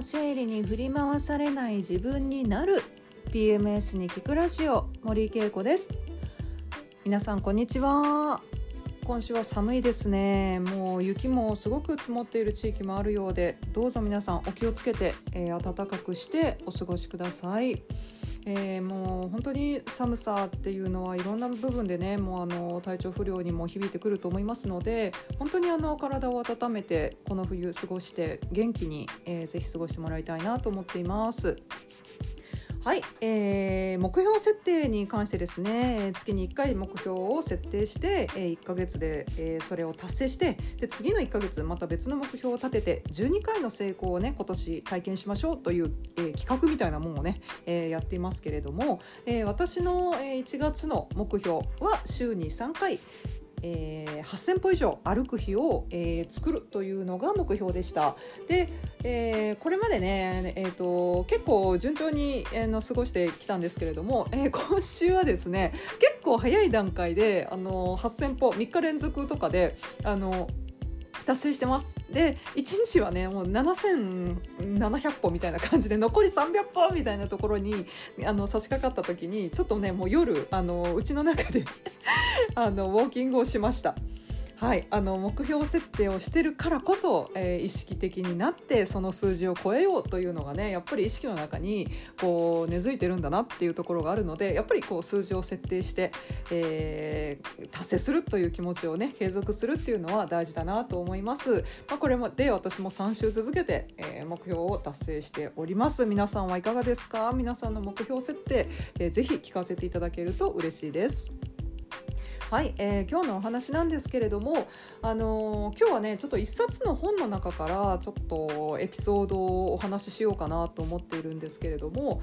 生理に振り回されない自分になる PMS に聞くラジオ、森恵子です。皆さんこんにちは。今週は寒いですね。もう雪もすごく積もっている地域もあるようで、どうぞ皆さんお気をつけて、暖かくしてお過ごしください。もう本当に寒さっていうのはいろんな部分でね、もう体調不良にも響いてくると思いますので、本当に体を温めてこの冬過ごして元気に、ぜひ過ごしてもらいたいなと思っています。はい、目標設定に関してですね、月に1回目標を設定して、1ヶ月で、それを達成して、で次の1ヶ月また別の目標を立てて12回の成功をね、今年体験しましょうという、企画みたいなものをね、やっていますけれども、私の、1月の目標は週に3回8000歩以上歩く日を、作るというのが目標でした。で、これまでね、結構順調に、過ごしてきたんですけれども、今週はですね、結構早い段階で8000歩3日連続とかで達成してます。で1日はねもう7700歩みたいな感じで、残り300歩みたいなところに差し掛かった時にちょっとね、もう夜うちの中でウォーキングをしました。はい、目標設定をしてるからこそ、意識的になってその数字を超えようというのがね、やっぱり意識の中にこう根付いてるんだなっていうところがあるので、やっぱりこう数字を設定して、達成するという気持ちをね継続するっていうのは大事だなと思います。これで私も3週続けて、目標を達成しております。皆さんはいかがですか？皆さんの目標設定、ぜひ聞かせていただけると嬉しいです。はい、今日のお話なんですけれども、今日はねちょっと一冊の本の中からちょっとエピソードをお話ししようかなと思っているんですけれども、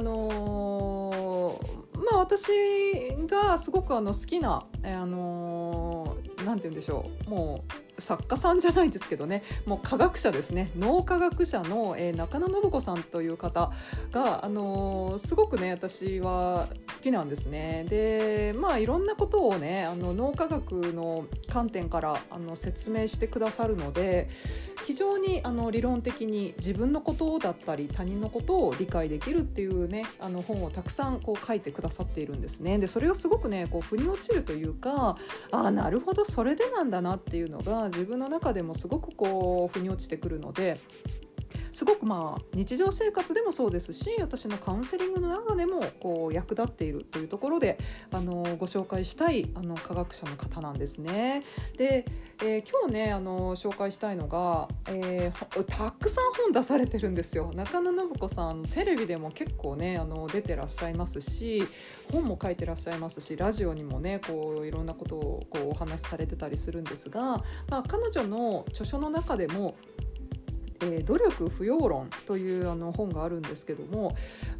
私がすごく好きな、なんて言うんでしょう、もう作家さんじゃないですけどね、もう科学者ですね、脳科学者の、中野信子さんという方が、すごくね私は好きなんですね。でいろんなことをね脳科学の観点から説明してくださるので、非常に理論的に自分のことだったり他人のことを理解できるっていうね本をたくさんこう書いてくださっているんですね。でそれがすごくねこう腑に落ちるというか、なるほどそれでなんだなっていうのが自分の中でもすごくこう腑に落ちてくるので、すごく日常生活でもそうですし、私のカウンセリングの中でもこう役立っているというところでご紹介したい科学者の方なんですね。で、今日ね紹介したいのが、たくさん本出されてるんですよ。中野信子さんテレビでも結構ね出てらっしゃいますし、本も書いてらっしゃいますし、ラジオにもねこういろんなことをこうお話しされてたりするんですが、彼女の著書の中でも努力不要論という本があるんですけども、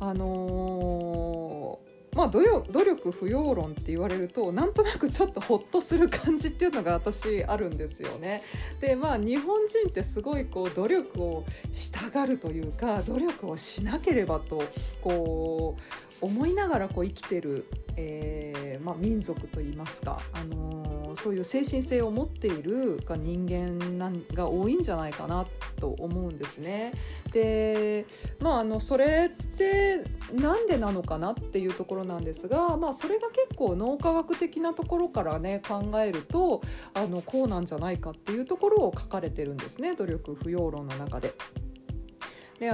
努力不要論って言われるとなんとなくちょっとホッとする感じっていうのが私あるんですよね。で日本人ってすごいこう努力をしたがるというか、努力をしなければとこう思いながらこう生きてる、民族といいますか、そういう精神性を持っている人間が多いんじゃないかなと思うんですね。で、それってなんでなのかなっていうところなんですが、それが結構脳科学的なところからね考えるとこうなんじゃないかっていうところを書かれてるんですね、努力不要論の中で。で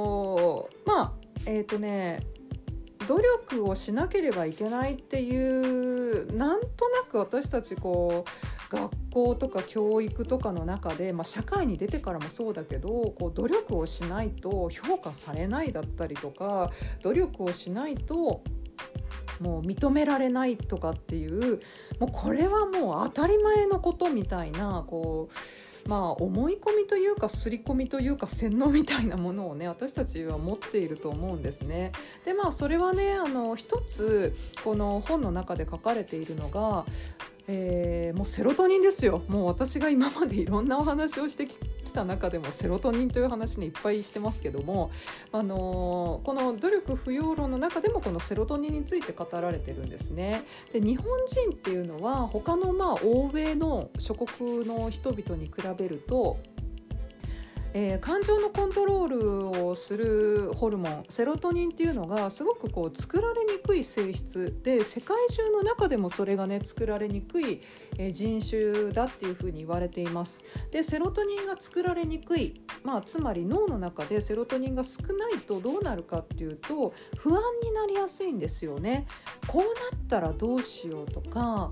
努力をしなければいけないっていうなんとなく私たちこう学校とか教育とかの中で、社会に出てからもそうだけど、こう努力をしないと評価されないだったりとか、努力をしないともう認められないとかっていう、もうこれはもう当たり前のことみたいなこう思い込みというか刷り込みというか洗脳みたいなものをね私たちは持っていると思うんですね。でそれはね一つこの本の中で書かれているのが、もうセロトニンですよ。もう私が今までいろんなお話をしてきた中でもセロトニンという話にいっぱいしてますけども、この努力不要論の中でもこのセロトニンについて語られてるんですね。で日本人っていうのは他の欧米の諸国の人々に比べると感情のコントロールをするホルモンセロトニンっていうのがすごく作られにくい性質で、世界中の中でもそれがね作られにくい、人種だっていうふうに言われています。でセロトニンが作られにくい、つまり脳の中でセロトニンが少ないとどうなるかっていうと不安になりやすいんですよね。こうなったらどうしようとか、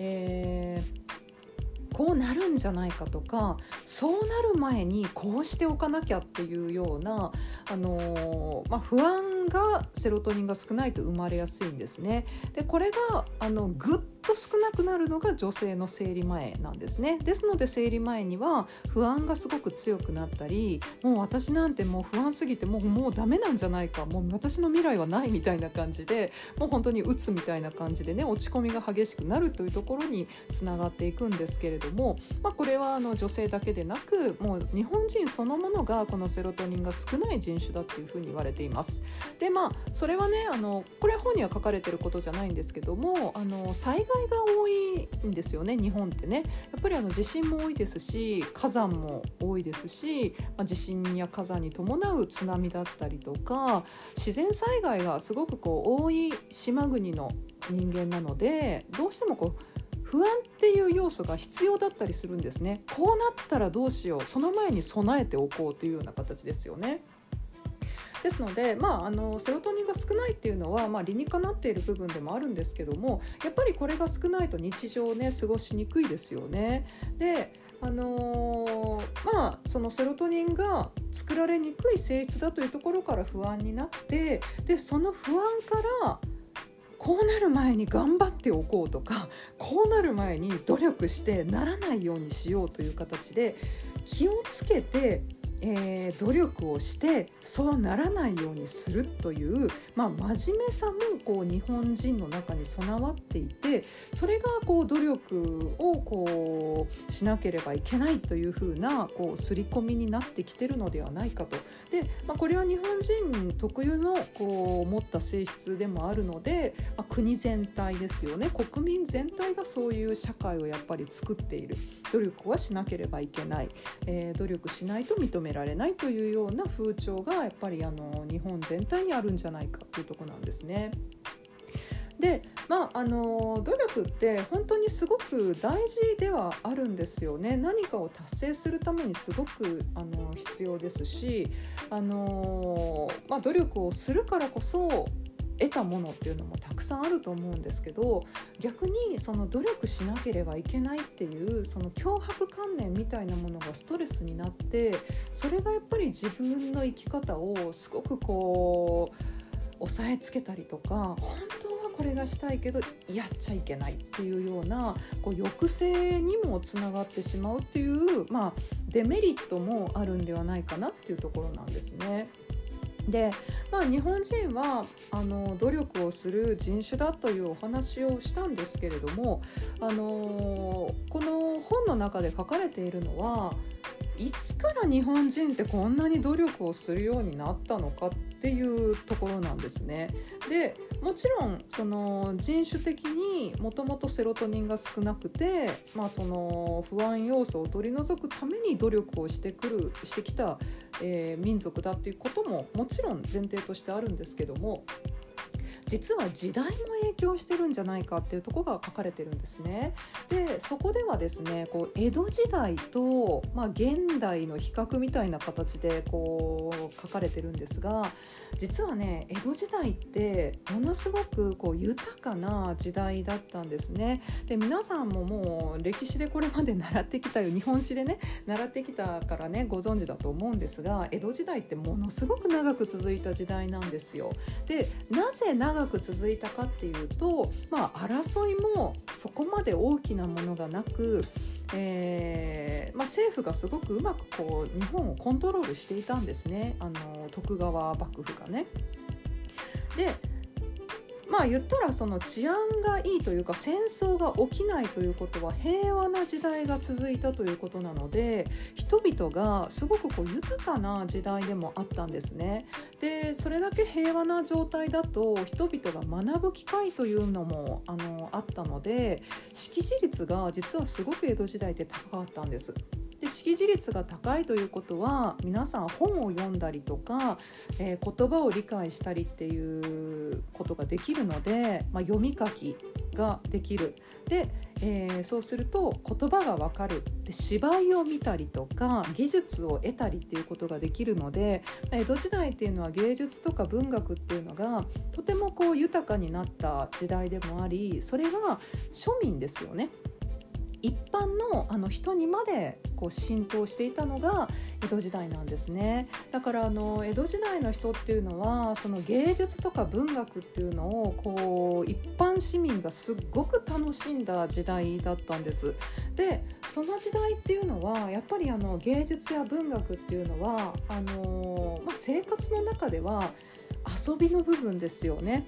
こうなるんじゃないかとか、そうなる前にこうしておかなきゃっていうような、不安がセロトニンが少ないと生まれやすいんですね。でこれがぐっと少なくなるのが女性の生理前なんですね。ですので生理前には不安がすごく強くなったり、もう私なんてもう不安すぎてもうダメなんじゃないか、もう私の未来はないみたいな感じで、もう本当に鬱みたいな感じでね落ち込みが激しくなるというところにつながっていくんですけれども、これは女性だけでなくもう日本人そのものがこのセロトニンが少ない人種だっていうふうに言われています。でそれはねこれは本には書かれてることじゃないんですけども、災害が多いんですよね。日本ってねやっぱり地震も多いですし火山も多いですし、地震や火山に伴う津波だったりとか自然災害がすごく多い島国の人間なので、どうしても不安っていう要素が必要だったりするんですね。こうなったらどうしよう、その前に備えておこうというような形ですよね。ですので、セロトニンが少ないっていうのは、理にかなっている部分でもあるんですけども、やっぱりこれが少ないと日常をね過ごしにくいですよね。でそのセロトニンが作られにくい性質だというところから不安になって、でその不安からこうなる前に頑張っておこうとか、こうなる前に努力してならないようにしようという形で気をつけて、努力をしてそうならないようにするという、真面目さも日本人の中に備わっていて、それが努力をしなければいけないというふうな刷り込みになってきているのではないかと。で、これは日本人特有の持った性質でもあるので、国全体ですよね、国民全体がそういう社会をやっぱり作っている。努力はしなければいけない、努力しないと認められないというような風潮がやっぱり日本全体にあるんじゃないかというところなんですね。で、努力って本当にすごく大事ではあるんですよね。何かを達成するためにすごく必要ですし、努力をするからこそ得たものっていうのもたくさんあると思うんですけど、逆にその努力しなければいけないっていうその強迫観念みたいなものがストレスになって、それがやっぱり自分の生き方をすごく抑えつけたりとか、本当はこれがしたいけどやっちゃいけないっていうような抑制にもつながってしまうっていう、デメリットもあるんではないかなっていうところなんですね。で、日本人は努力をする人種だというお話をしたんですけれども、この本の中で書かれているのはいつから日本人ってこんなに努力をするようになったのかっていうところなんですね。でもちろんその人種的にもともとセロトニンが少なくて、その不安要素を取り除くために努力をしてきた、民族だっていうことももちろん前提としてあるんですけども、実は時代も影響してるんじゃないかっていうところが書かれてるんですね。でそこではですね江戸時代と、現代の比較みたいな形で書かれてるんですが、実はね江戸時代ってものすごく豊かな時代だったんですね。で皆さんももう歴史でこれまで習ってきたよ、日本史でね習ってきたからねご存知だと思うんですが、江戸時代ってものすごく長く続いた時代なんですよ。でなぜ長く続いたかっていうと、争いもそこまで大きなものがなく、政府がすごくうまく日本をコントロールしていたんですね、徳川幕府がね。で言ったらその治安がいいというか戦争が起きないということは平和な時代が続いたということなので、人々がすごく豊かな時代でもあったんですね。でそれだけ平和な状態だと人々が学ぶ機会というのもあったので、識字率が実はすごく江戸時代って高かったんです。 で識字率が高いということは皆さん本を読んだりとか、言葉を理解したりっていうことができるので、読み書きができる。で、そうすると言葉がわかる。で芝居を見たりとか技術を得たりっていうことができるので、江戸時代っていうのは芸術とか文学っていうのがとても豊かになった時代でもあり、それが庶民ですよね。一般の人にまで浸透していたのが江戸時代なんですね。だから江戸時代の人っていうのはその芸術とか文学っていうのを一般市民がすっごく楽しんだ時代だったんです。でその時代っていうのはやっぱり芸術や文学っていうのは生活の中では遊びの部分ですよね。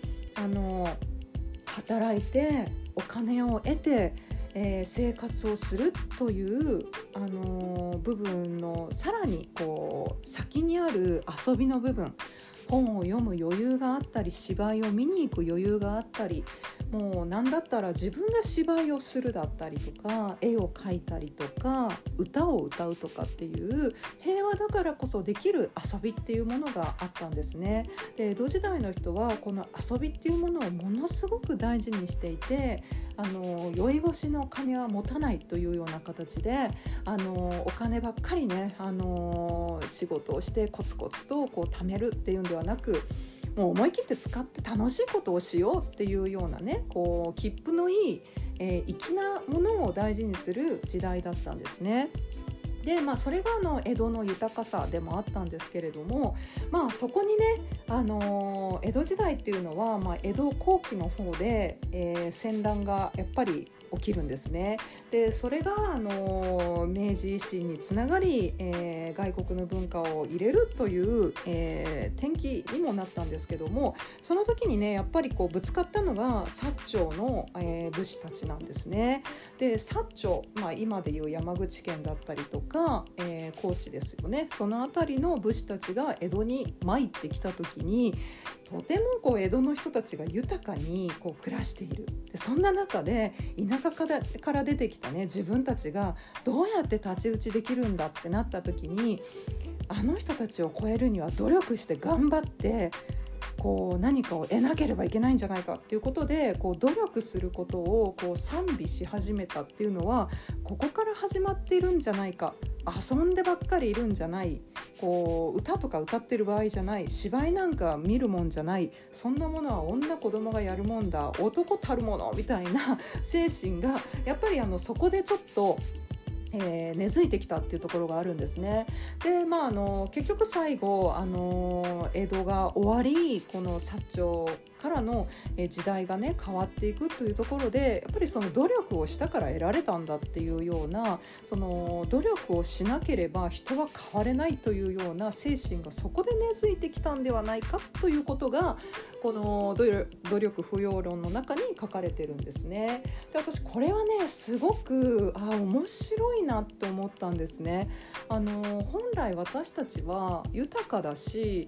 働いてお金を得て生活をするという部分のさらに先にある遊びの部分、本を読む余裕があったり芝居を見に行く余裕があったり、もう何だったら自分が芝居をするだったりとか絵を描いたりとか歌を歌うとかっていう平和だからこそできる遊びっていうものがあったんですね。で江戸時代の人はこの遊びっていうものをものすごく大事にしていて、酔い越しの金は持たないというような形でお金ばっかりね、仕事をしてコツコツと貯めるっていうんではなく、もう思い切って使って楽しいことをしようっていうようなね、切符のいい、粋なものを大事にする時代だったんですね。でそれが江戸の豊かさでもあったんですけれども、そこにね、江戸時代っていうのは、江戸後期の方で、戦乱がやっぱり起きるんですね。でそれが明治維新につながり、外国の文化を入れるという、転機にもなったんですけども、その時にねやっぱりぶつかったのが薩長の、武士たちなんですね。で薩長、今でいう山口県だったりとか、高知ですよね。そのあたりの武士たちが江戸に参ってきた時にとても江戸の人たちが豊かに暮らしている。でそんな中で田舎から出てきたね自分たちがどうやって太刀打ちできるんだってなった時に、あの人たちを超えるには努力して頑張って何かを得なければいけないんじゃないかっていうことで努力することを賛美し始めたっていうのはここから始まっているんじゃないか。遊んでばっかりいるんじゃない、歌とか歌ってる場合じゃない、芝居なんか見るもんじゃない、そんなものは女子供がやるもんだ、男たるものみたいな精神がやっぱりそこでちょっと根付いてきたっていうところがあるんですね。で、結局最後江戸が終わり、この薩長からの時代がね変わっていくというところで、やっぱりその努力をしたから得られたんだっていうような、その努力をしなければ人は変われないというような精神がそこで根付いてきたんではないかということがこの努力不要論の中に書かれてるんですね。で私これはねすごく面白いなって思ったんですね。本来私たちは豊かだし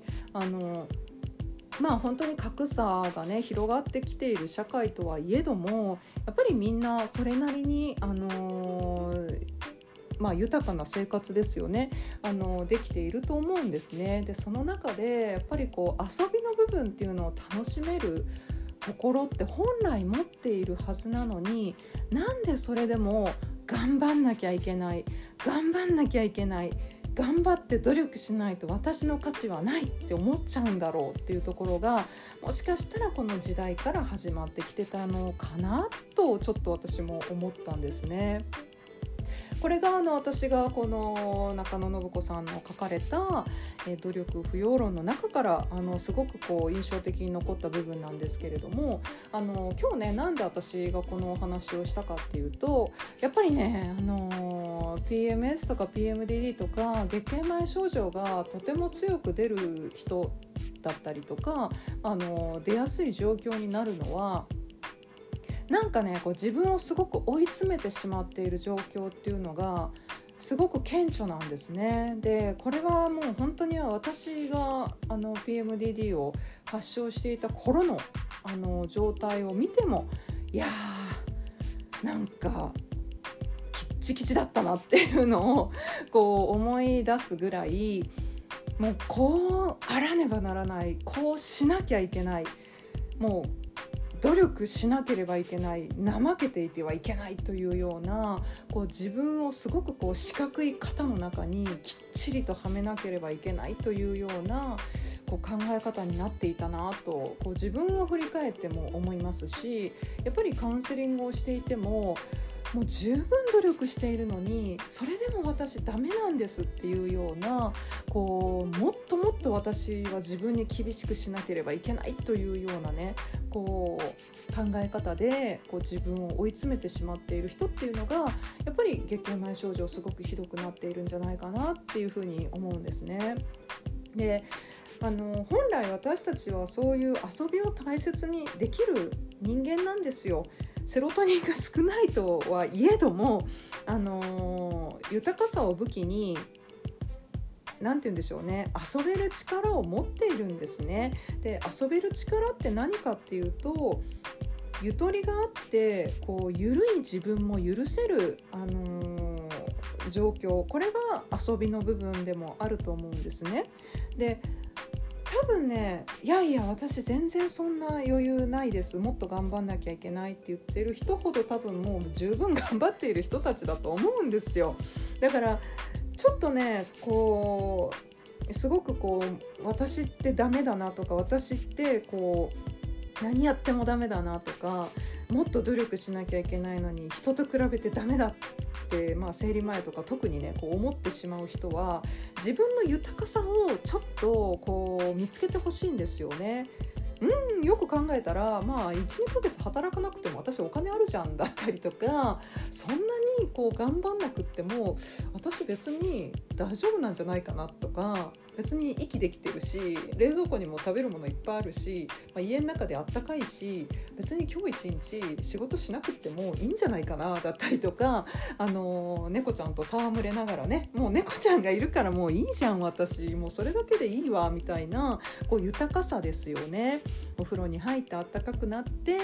本当に格差がね広がってきている社会とはいえども、やっぱりみんなそれなりに豊かな生活ですよね、できていると思うんですね。でその中でやっぱり遊びの部分っていうのを楽しめる心って本来持っているはずなのに、なんでそれでも頑張んなきゃいけない、頑張って努力しないと私の価値はないって思っちゃうんだろうっていうところが、もしかしたらこの時代から始まってきてたのかなとちょっと私も思ったんですね。これが私がこの中野信子さんの書かれた努力不要論の中からすごく印象的に残った部分なんですけれども、今日ねなんで私がこのお話をしたかっていうと、やっぱりねPMS とか PMDD とか月経前症状がとても強く出る人だったりとか出やすい状況になるのはなんかね自分をすごく追い詰めてしまっている状況っていうのがすごく顕著なんですね。でこれはもう本当に私がPMDD を発症していた頃の状態を見ても、いやーなんかきっチキチだったなっていうのをこう思い出すぐらい、もうこうあらねばならない、こうしなきゃいけない、もう努力しなければいけない、怠けていてはいけないというような、こう自分をすごくこう四角い型の中にきっちりとはめなければいけないというようなこう考え方になっていたなと、こう自分を振り返っても思いますし、やっぱりカウンセリングをしていてももう十分努力しているのに、それでも私ダメなんですっていうような、こうもっともっと私は自分に厳しくしなければいけないというようなね、こう考え方でこう自分を追い詰めてしまっている人っていうのが、やっぱり月経前症状すごくひどくなっているんじゃないかなっていうふうに思うんですね。で、本来私たちはそういう遊びを大切にできる人間なんですよ。セロトニンが少ないとはいえども、豊かさを武器になんて言うんでしょうね、遊べる力を持っているんですね。で、遊べる力って何かっていうと、ゆとりがあってこう緩い自分も許せる、状況、これが遊びの部分でもあると思うんですね。で、多分ね、いやいや私全然そんな余裕ないです、もっと頑張んなきゃいけないって言ってる人ほど多分もう十分頑張っている人たちだと思うんですよ。だからちょっとね、こうすごくこう私ってダメだなとか、私ってこう何やってもダメだなとか、もっと努力しなきゃいけないのに人と比べてダメだって、生理前とか特にねこう思ってしまう人は、自分の豊かさをちょっとこう見つけてほしいんですよね。よく考えたら、1、2ヶ月働かなくても私お金あるじゃんだったりとか、そんなにこう頑張んなくっても私別に大丈夫なんじゃないかなとか、別に息できてるし、冷蔵庫にも食べるものいっぱいあるし、家の中であったかいし、別に今日一日仕事しなくってもいいんじゃないかなだったりとか、猫ちゃんと戯れながらね、もう猫ちゃんがいるからもういいじゃん、私もうそれだけでいいわみたいな、こう豊かさですよね。お風呂に入ってあったかくなって、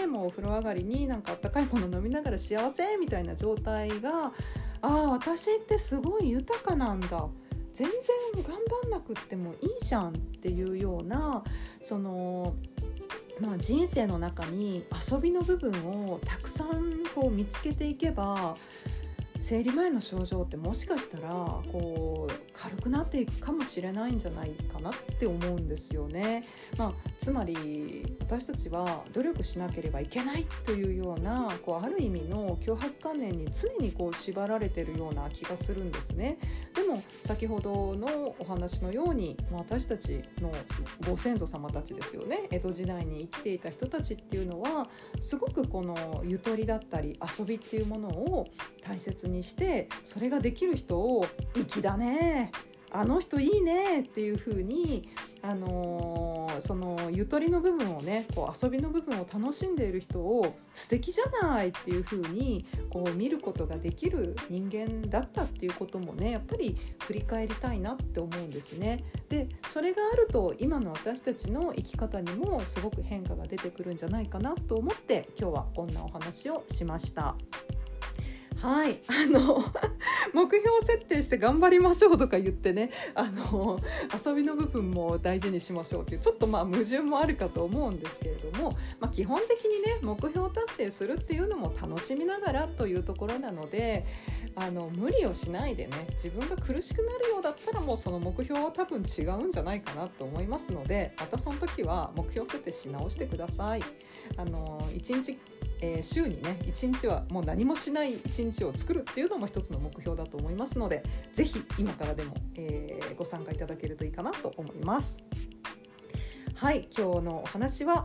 もうお風呂上がりになんかあったかいもの飲みながら幸せみたいな状態が、私ってすごい豊かなんだ、全然頑張んなくってもいいじゃんっていうような、その人生の中に遊びの部分をたくさんこう見つけていけば、生理前の症状ってもしかしたらこう軽くなっていくかもしれないんじゃないかなって思うんですよね。つまり私たちは努力しなければいけないというようなこうある意味の強迫観念に常にこう縛られているような気がするんですね。でも先ほどのお話のように、私たちのご先祖様たちですよね、江戸時代に生きていた人たちっていうのはすごくこのゆとりだったり遊びっていうものを大切にして、それができる人を粋だね、あの人いいねっていう風に、そのゆとりの部分をね、こう遊びの部分を楽しんでいる人を素敵じゃないっていう風にこう見ることができる人間だったっていうこともね、やっぱり振り返りたいなって思うんですね。で、それがあると今の私たちの生き方にもすごく変化が出てくるんじゃないかなと思って、今日はこんなお話をしました。はい、目標設定して頑張りましょうとか言ってね、遊びの部分も大事にしましょうっていう、ちょっと矛盾もあるかと思うんですけれども、基本的にね目標達成するっていうのも楽しみながらというところなので、無理をしないでね、自分が苦しくなるようだったらもうその目標は多分違うんじゃないかなと思いますので、またその時は目標設定し直してください。1日週にね1日はもう何もしない1日を作るっていうのも一つの目標だと思いますので、ぜひ今からでも、ご参加いただけるといいかなと思います。はい、今日のお話は、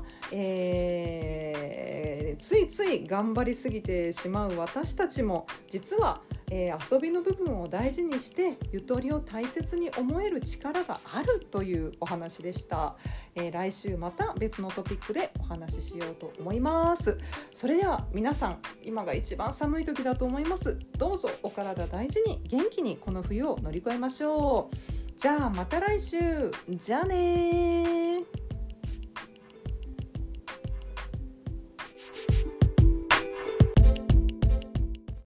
ついつい頑張りすぎてしまう私たちも実は、遊びの部分を大事にしてゆとりを大切に思える力があるというお話でした。来週また別のトピックでお話ししようと思います。それでは皆さん、今が一番寒い時だと思います。どうぞお体大事に元気にこの冬を乗り越えましょう。じゃあまた来週。じゃあね。